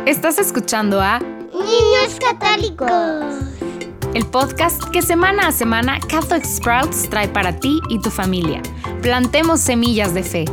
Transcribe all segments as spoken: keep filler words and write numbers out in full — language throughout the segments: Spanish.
Estás escuchando a Niños Católicos, el podcast que semana a semana Catholic Sprouts trae para ti y tu familia. Plantemos semillas de fe.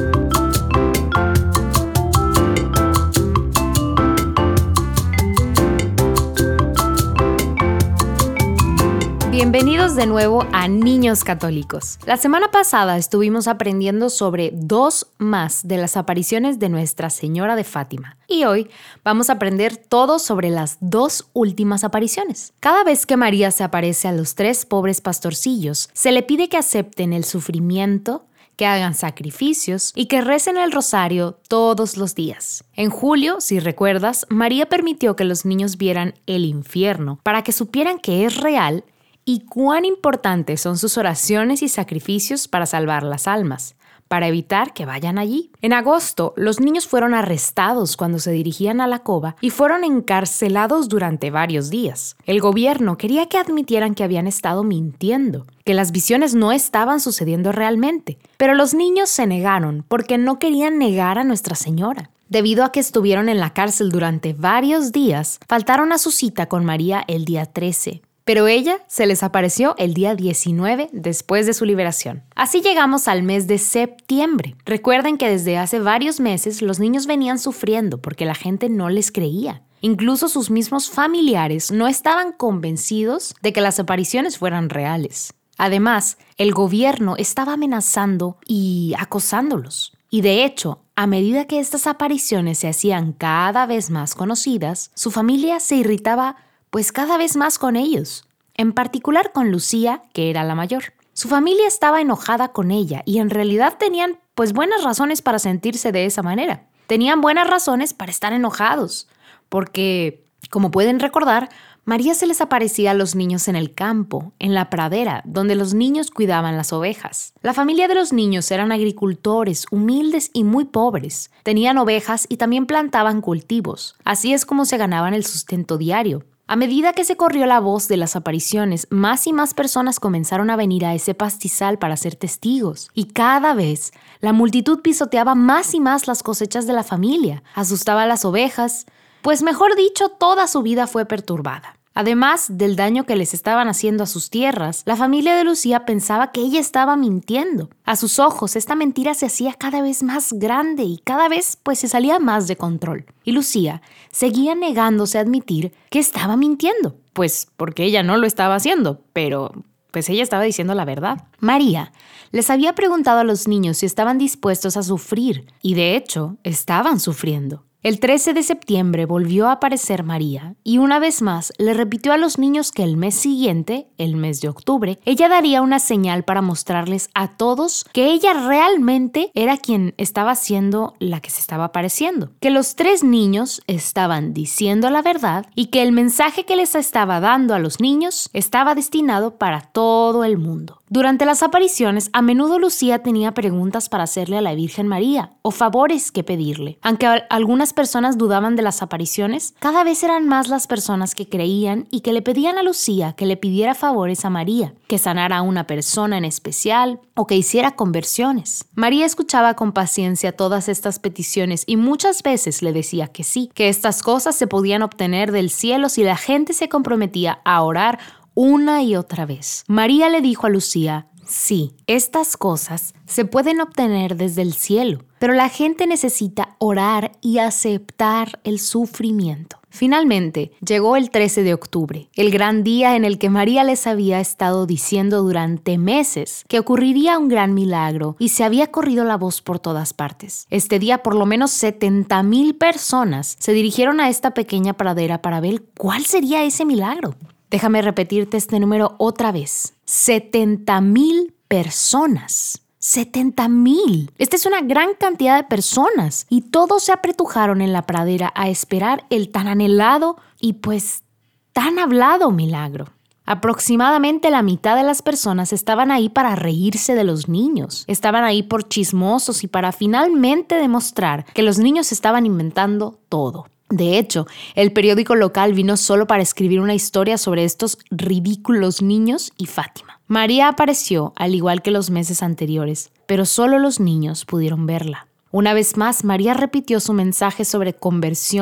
Bienvenidos de nuevo a Niños Católicos. La semana pasada estuvimos aprendiendo sobre dos más de las apariciones de Nuestra Señora de Fátima. Y hoy vamos a aprender todo sobre las dos últimas apariciones. Cada vez que María se aparece a los tres pobres pastorcillos, se le pide que acepten el sufrimiento, que hagan sacrificios y que recen el rosario todos los días. En julio, si recuerdas, María permitió que los niños vieran el infierno para que supieran que es real y cuán importantes son sus oraciones y sacrificios para salvar las almas, para evitar que vayan allí. En agosto, los niños fueron arrestados cuando se dirigían a la cova y fueron encarcelados durante varios días. El gobierno quería que admitieran que habían estado mintiendo, que las visiones no estaban sucediendo realmente, pero los niños se negaron porque no querían negar a Nuestra Señora. Debido a que estuvieron en la cárcel durante varios días, faltaron a su cita con María el día trece. Pero ella se les apareció el día diecinueve después de su liberación. Así llegamos al mes de septiembre. Recuerden que desde hace varios meses los niños venían sufriendo porque la gente no les creía. Incluso sus mismos familiares no estaban convencidos de que las apariciones fueran reales. Además, el gobierno estaba amenazando y acosándolos. Y de hecho, a medida que estas apariciones se hacían cada vez más conocidas, su familia se irritaba pues cada vez más con ellos, en particular con Lucía, que era la mayor. Su familia estaba enojada con ella y en realidad tenían pues buenas razones para sentirse de esa manera. Tenían buenas razones para estar enojados, porque, como pueden recordar, María se les aparecía a los niños en el campo, en la pradera, donde los niños cuidaban las ovejas. La familia de los niños eran agricultores, humildes y muy pobres. Tenían ovejas y también plantaban cultivos. Así es como se ganaban el sustento diario. A medida que se corrió la voz de las apariciones, más y más personas comenzaron a venir a ese pastizal para ser testigos. Y cada vez, la multitud pisoteaba más y más las cosechas de la familia, asustaba a las ovejas, pues mejor dicho, toda su vida fue perturbada. Además del daño que les estaban haciendo a sus tierras, la familia de Lucía pensaba que ella estaba mintiendo. A sus ojos, esta mentira se hacía cada vez más grande y cada vez pues se salía más de control. Y Lucía seguía negándose a admitir que estaba mintiendo, pues porque ella no lo estaba haciendo, pero pues ella estaba diciendo la verdad. María les había preguntado a los niños si estaban dispuestos a sufrir, y de hecho, estaban sufriendo. El trece de septiembre volvió a aparecer María y una vez más le repitió a los niños que el mes siguiente, el mes de octubre, ella daría una señal para mostrarles a todos que ella realmente era quien estaba siendo la que se estaba apareciendo, que los tres niños estaban diciendo la verdad y que el mensaje que les estaba dando a los niños estaba destinado para todo el mundo. Durante las apariciones, a menudo Lucía tenía preguntas para hacerle a la Virgen María o favores que pedirle. Aunque algunas personas dudaban de las apariciones, cada vez eran más las personas que creían y que le pedían a Lucía que le pidiera favores a María, que sanara a una persona en especial o que hiciera conversiones. María escuchaba con paciencia todas estas peticiones y muchas veces le decía que sí, que estas cosas se podían obtener del cielo si la gente se comprometía a orar una y otra vez. María le dijo a Lucía: sí, estas cosas se pueden obtener desde el cielo, pero la gente necesita orar y aceptar el sufrimiento. Finalmente, llegó el trece de octubre, el gran día en el que María les había estado diciendo durante meses que ocurriría un gran milagro y se había corrido la voz por todas partes. Este día, por lo menos setenta mil personas se dirigieron a esta pequeña pradera para ver cuál sería ese milagro. Déjame repetirte este número otra vez. setenta mil personas. setenta mil. Esta es una gran cantidad de personas y todos se apretujaron en la pradera a esperar el tan anhelado y pues tan hablado milagro. Aproximadamente la mitad de las personas estaban ahí para reírse de los niños. Estaban ahí por chismosos y para finalmente demostrar que los niños estaban inventando todo. De hecho, el periódico local vino solo para escribir una historia sobre estos ridículos niños y Fátima. María apareció al igual que los meses anteriores, pero solo los niños pudieron verla. Una vez más, María repitió su mensaje sobre conversión,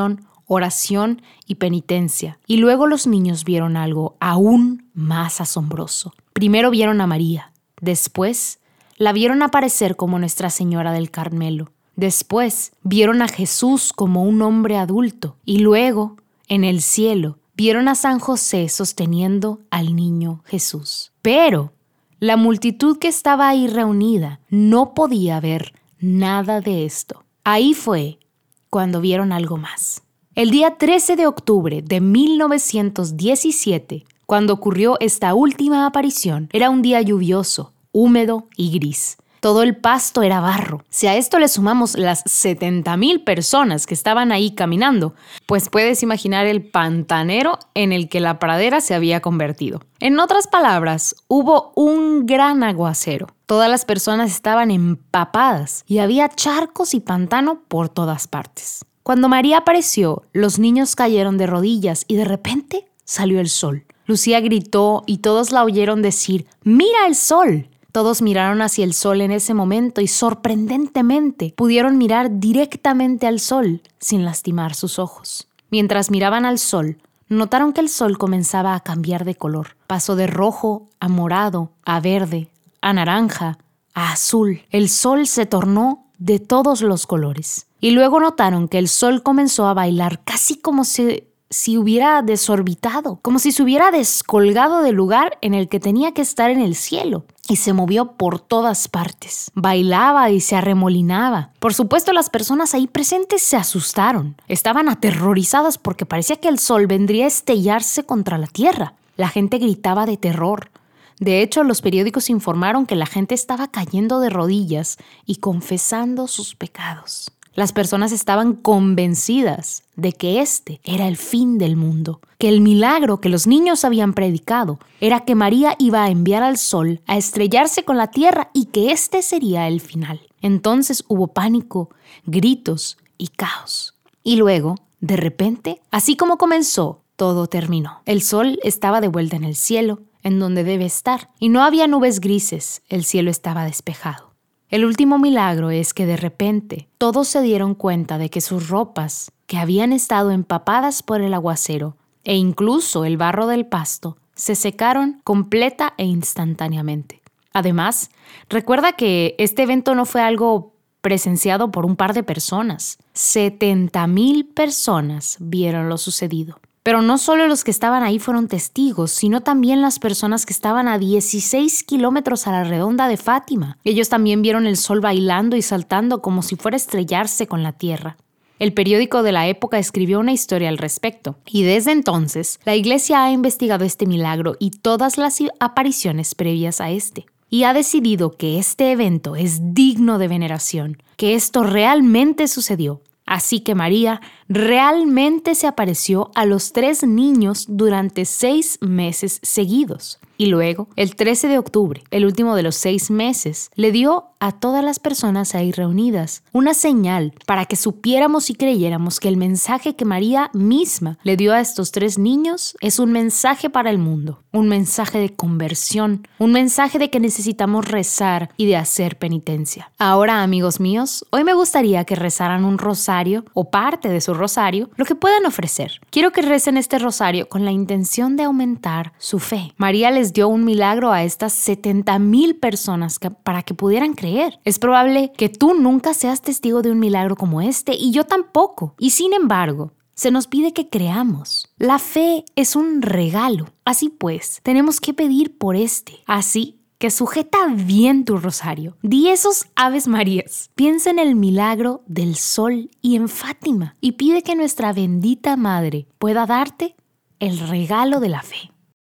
oración y penitencia. Y luego los niños vieron algo aún más asombroso. Primero vieron a María, después la vieron aparecer como Nuestra Señora del Carmelo. Después vieron a Jesús como un hombre adulto y luego, en el cielo, vieron a San José sosteniendo al niño Jesús. Pero la multitud que estaba ahí reunida no podía ver nada de esto. Ahí fue cuando vieron algo más. El día trece de octubre de mil novecientos diecisiete, cuando ocurrió esta última aparición, era un día lluvioso, húmedo y gris. Todo el pasto era barro. Si a esto le sumamos las setenta mil personas que estaban ahí caminando, pues puedes imaginar el pantanero en el que la pradera se había convertido. En otras palabras, hubo un gran aguacero. Todas las personas estaban empapadas y había charcos y pantano por todas partes. Cuando María apareció, los niños cayeron de rodillas y de repente salió el sol. Lucía gritó y todos la oyeron decir: ¡Mira el sol! Todos miraron hacia el sol en ese momento y sorprendentemente pudieron mirar directamente al sol sin lastimar sus ojos. Mientras miraban al sol, notaron que el sol comenzaba a cambiar de color. Pasó de rojo a morado, a verde, a naranja, a azul. El sol se tornó de todos los colores. Y luego notaron que el sol comenzó a bailar casi como si... si hubiera desorbitado, como si se hubiera descolgado del lugar en el que tenía que estar en el cielo, y se movió por todas partes. Bailaba y se arremolinaba. Por supuesto, las personas ahí presentes se asustaron. Estaban aterrorizadas porque parecía que el sol vendría a estrellarse contra la tierra. La gente gritaba de terror. De hecho, los periódicos informaron que la gente estaba cayendo de rodillas y confesando sus pecados. Las personas estaban convencidas de que este era el fin del mundo, que el milagro que los niños habían predicado era que María iba a enviar al sol a estrellarse con la tierra y que este sería el final. Entonces hubo pánico, gritos y caos. Y luego, de repente, así como comenzó, todo terminó. El sol estaba de vuelta en el cielo, en donde debe estar, y no había nubes grises, el cielo estaba despejado. El último milagro es que de repente todos se dieron cuenta de que sus ropas, que habían estado empapadas por el aguacero e incluso el barro del pasto, se secaron completa e instantáneamente. Además, recuerda que este evento no fue algo presenciado por un par de personas. setenta mil personas vieron lo sucedido. Pero no solo los que estaban ahí fueron testigos, sino también las personas que estaban a dieciséis kilómetros a la redonda de Fátima. Ellos también vieron el sol bailando y saltando como si fuera a estrellarse con la tierra. El periódico de la época escribió una historia al respecto, y desde entonces la iglesia ha investigado este milagro y todas las apariciones previas a este, y ha decidido que este evento es digno de veneración, que esto realmente sucedió. Así que María realmente se apareció a los tres niños durante seis meses seguidos. Y luego, el trece de octubre, el último de los seis meses, le dio a todas las personas ahí reunidas una señal para que supiéramos y creyéramos que el mensaje que María misma le dio a estos tres niños es un mensaje para el mundo, un mensaje de conversión, un mensaje de que necesitamos rezar y de hacer penitencia. Ahora, amigos míos, hoy me gustaría que rezaran un rosario o parte de su rosario, lo que puedan ofrecer. Quiero que recen este rosario con la intención de aumentar su fe. María les dio un milagro a estas setenta mil personas que, para que pudieran creer. Es probable que tú nunca seas testigo de un milagro como este y yo tampoco. Y sin embargo, se nos pide que creamos. La fe es un regalo. Así pues, tenemos que pedir por este. Así que sujeta bien tu rosario. Di esos Aves Marías. Piensa en el milagro del sol y en Fátima y pide que nuestra bendita Madre pueda darte el regalo de la fe.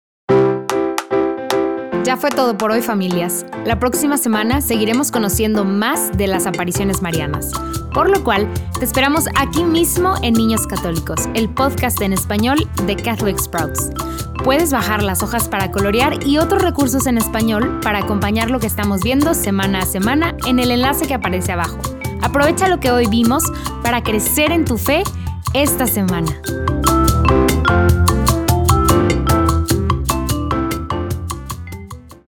Ya fue todo por hoy, familias. La próxima semana seguiremos conociendo más de las apariciones marianas, por lo cual te esperamos aquí mismo en Niños Católicos, el podcast en español de Catholic Sprouts. Puedes bajar las hojas para colorear y otros recursos en español para acompañar lo que estamos viendo semana a semana en el enlace que aparece abajo. Aprovecha lo que hoy vimos para crecer en tu fe esta semana.